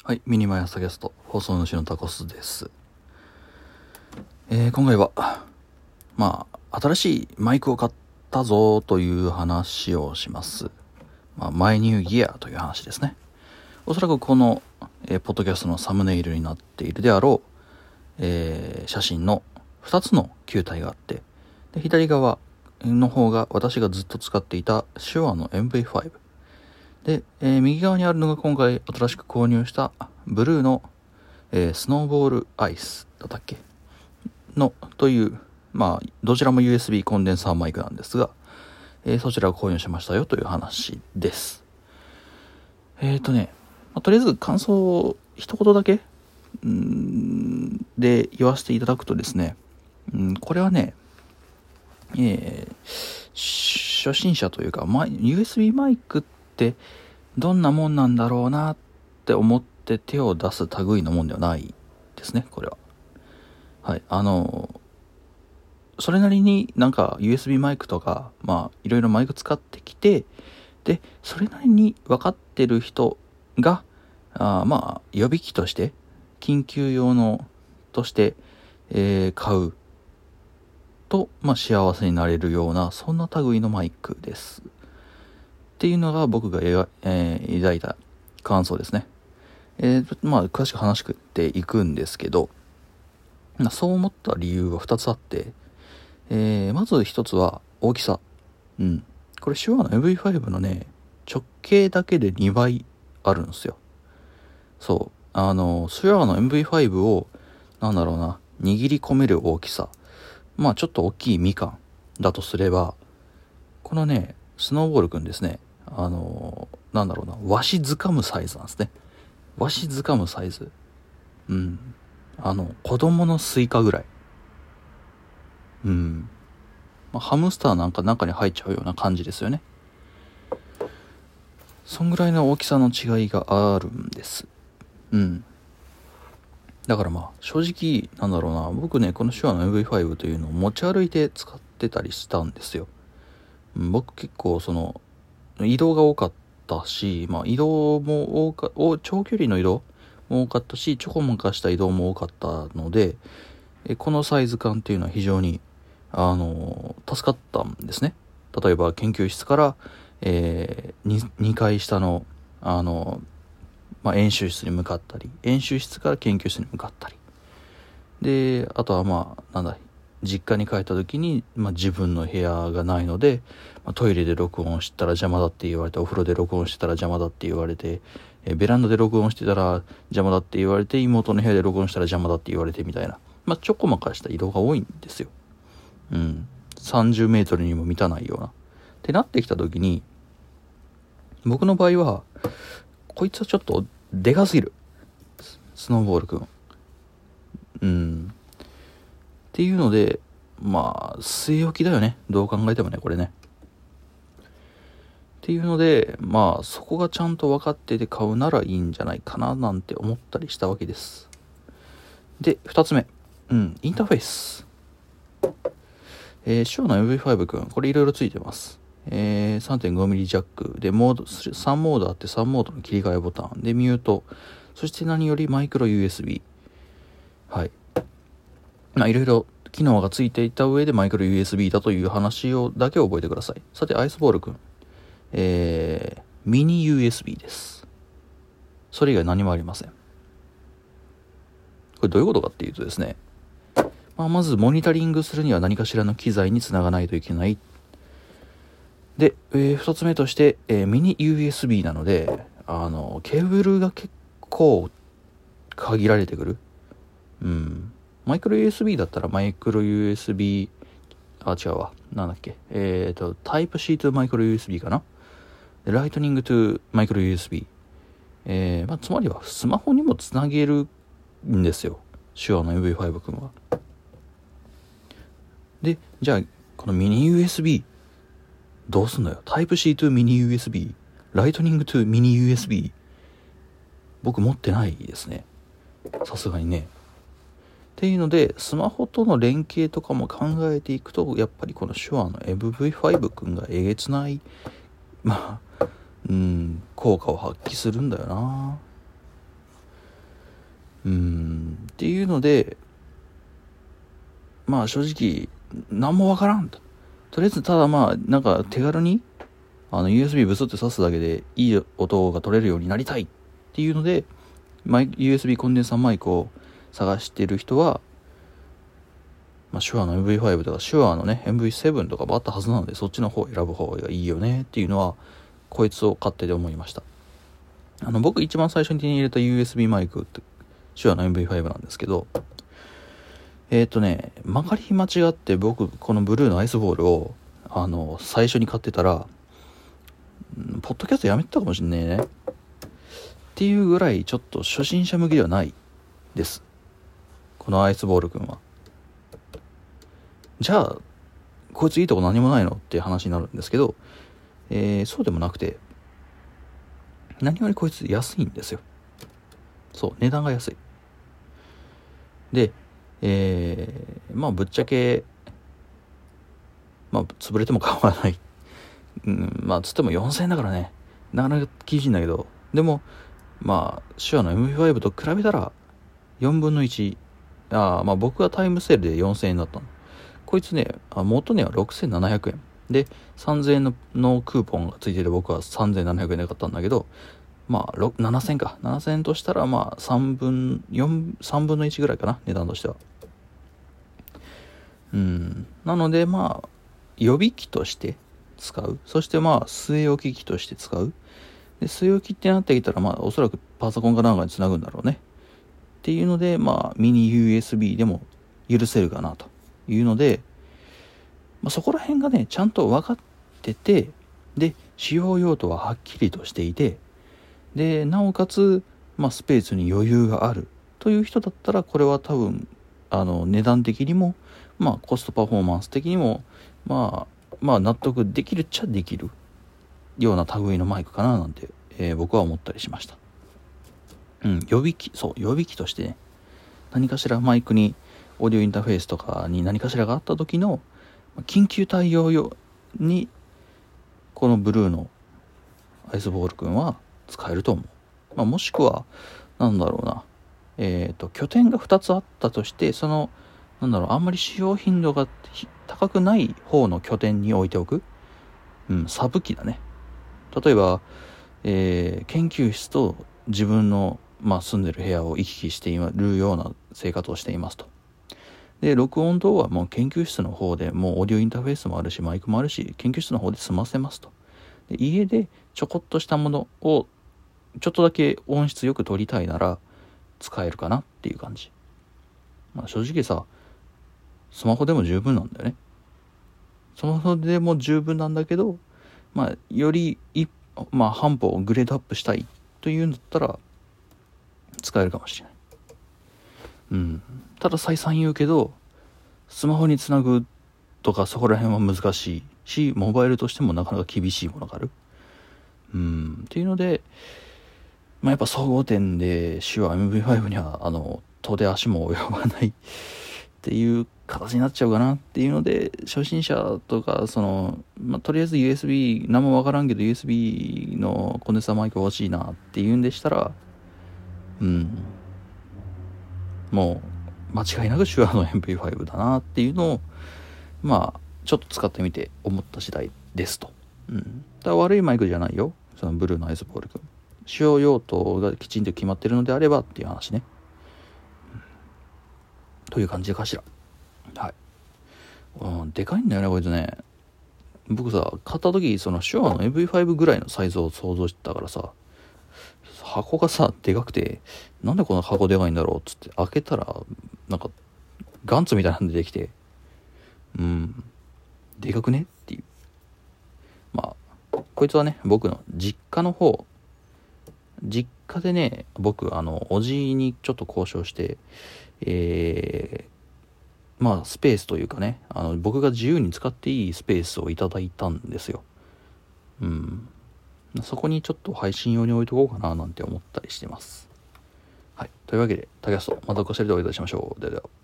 はい、ミニマイアスキャスト放送主のタコスです。今回は新しいマイクを買ったぞという話をします。マイニューギアという話ですね。おそらくこの、ポッドキャストのサムネイルになっているであろう、写真の2つの球体があって、で左側の方が私がずっと使っていた手話の MV5で、右側にあるのが今回新しく購入したブルーの、スノーボールアイスだったっけのという、どちらも USB コンデンサーマイクなんですが、そちらを購入しましたよという話です。とりあえず感想を一言だけで言わせていただくとですね、これはね、初心者というか、USB マイクってどんなもんなんだろうなって思って手を出す類のもんではないですね、これは。はい、それなりになんか USB マイクとかいろいろマイク使ってきて、でそれなりに分かってる人が予備機として緊急用のとして、買うと幸せになれるような、そんな類のマイクですっていうのが僕が抱いた感想ですね。詳しく話していくんですけど、そう思った理由は2つあって、まず1つは大きさ。これ手話の MV5 のね、直径だけで2倍あるんですよ。そう。手話の MV5 を握り込める大きさ。ちょっと大きいみかんだとすれば、このね、スノーボールくんですね、わしづかむサイズなんですね。わしづかむサイズ。子供のスイカぐらい。ハムスターなんか中に入っちゃうような感じですよね。そんぐらいの大きさの違いがあるんです。だから正直僕ね、この手話の MV5 というのを持ち歩いて使ってたりしたんですよ。僕結構移動が多かったし、移動も長距離の移動も多かったし、ちょこまかした移動も多かったので、このサイズ感っていうのは非常に助かったんですね。例えば研究室から、2階下の演習室に向かったり、演習室から研究室に向かったりで、あとは実家に帰った時に、自分の部屋がないので、トイレで録音したら邪魔だって言われて、お風呂で録音してたら邪魔だって言われて、ベランダで録音してたら邪魔だって言われて、妹の部屋で録音したら邪魔だって言われてみたいな、ちょこまかした移動が多いんですよ。30メートルにも満たないようなってなってきた時に、僕の場合はこいつはちょっとでかすぎる、スノーボールくん。っていうので、据え置きだよね、どう考えてもね、これね。っていうので、そこがちゃんと分かってて買うならいいんじゃないかななんて思ったりしたわけです。で、2つ目、インターフェース。手話の MV5 くん、これいろいろついてます。3.5mm ジャックで3モードあって、3モードの切り替えボタンでミュート、そして何よりマイクロ USB。はい。いろいろ機能がついていた上でマイクロ USB だという話だけ覚えてください。さて、アイスボールくん、ミニ USB です。それ以外何もありません。これどういうことかっていうとですね、まずモニタリングするには何かしらの機材につながないといけない。で、2つ目として、ミニ USB なので、ケーブルが結構限られてくる。マイクロ USB だったらマイクロ USB、違うわ。なんだっけ。タイプ C to マイクロ USB かな。ライトニング to マイクロ USB。つまりはスマホにもつなげるんですよ、手話の MV5 君は。で、じゃあ、このミニ USB、どうすんのよ。タイプ C to ミニ USB、ライトニング to ミニ USB。僕持ってないですね。さすがにね。っていうので、スマホとの連携とかも考えていくと、やっぱりこの手話の MV5 くんがえげつない効果を発揮するんだよな。 っていうので、まあ正直何もわからんと。とりあえずただまあなんか手軽にUSB ブスって挿すだけでいい音が取れるようになりたいっていうので、USB コンデンサーマイクを探してる人は、まあ、手話の MV5 とか手話のね MV7 とかもあったはずなので、そっちの方を選ぶ方がいいよねっていうのはこいつを買ってて思いました。僕一番最初に手に入れた USB マイクって手話の MV5 なんですけど、まかり間違って僕このブルーのアイスボールを最初に買ってたら、ポッドキャストやめてたかもしんねえねっていうぐらいちょっと初心者向けではないです、このアイスボールくんは。じゃあこいついいとこ何もないのっていう話になるんですけど、そうでもなくて、何よりこいつ安いんですよ。そう、値段が安いで、まあぶっちゃけまあ潰れても買わない、まあつっても4000円だからね、なかなか厳しいんだけど、でもまあ手話の MV5 と比べたら4分の1。まあ僕はタイムセールで4000円だったの。こいつね、元値は6700円で3000円のクーポンがついてて、僕は3700円で買ったんだけど、まあ7000円か、7000円としたらまあ3分の1ぐらいかな、値段としては。なのでまあ予備機として使う、そしてまあ据え置き機として使う。で据え置きってなってきたら、まあおそらくパソコンかなんかにつなぐんだろうねっていうので、まあミニ USB でも許せるかなというので、まあ、そこら辺がねちゃんと分かってて、で使用用途ははっきりとしていて、でなおかつ、まあ、スペースに余裕があるという人だったら、これは多分値段的にも、まあコストパフォーマンス的にも、まあ納得できるっちゃできるような類のマイクかななんて、僕は思ったりしました。予備機としてね、何かしらマイクにオーディオインターフェースとかに何かしらがあった時の緊急対応用にこのブルーのアイスボールくんは使えると思う。まあ、もしくはなんだろうな、拠点が2つあったとして、そのあんまり使用頻度が高くない方の拠点に置いておく、サブ機だね。例えば、研究室と自分の、住んでる部屋を行き来しているような生活をしていますと。で録音等はもう研究室の方でもうオーディオインターフェースもあるしマイクもあるし、研究室の方で済ませますと。で家でちょこっとしたものをちょっとだけ音質よく撮りたいなら使えるかなっていう感じ。正直さ、スマホでも十分なんだよね。スマホでも十分なんだけど、より半歩グレードアップしたいというんだったら使えるかもしれない。ただ再三言うけど、スマホにつなぐとかそこら辺は難しいし、モバイルとしてもなかなか厳しいものがある。っていうので、やっぱ総合点で手話 MV5 には遠出足も及ばないっていう形になっちゃうかなっていうので、初心者とかとりあえず USB 何もわからんけど USB のコンデンサーマイク欲しいなっていうんでしたら、もう間違いなく手話の MP5 だなっていうのをちょっと使ってみて思った次第ですと。だから悪いマイクじゃないよ、そのブルーのアイスボール君。使用用途がきちんと決まってるのであればっていう話ね、という感じかしら。はい。でかいんだよねこいつね。僕さ買った時手話の MV5 ぐらいのサイズを想像してたからさ、箱がさでかくて、なんでこの箱でかいんだろうっつって開けたらなんかガンツみたいなの出てきて、でかくねっていう。こいつはね、僕の実家でね、僕おじにちょっと交渉して、スペースというかね、僕が自由に使っていいスペースをいただいたんですよ。そこにちょっと配信用に置いとこうかななんて思ったりしてます。はい。というわけで、タキャストまたお越しでお会いいたしましょう。ではでは。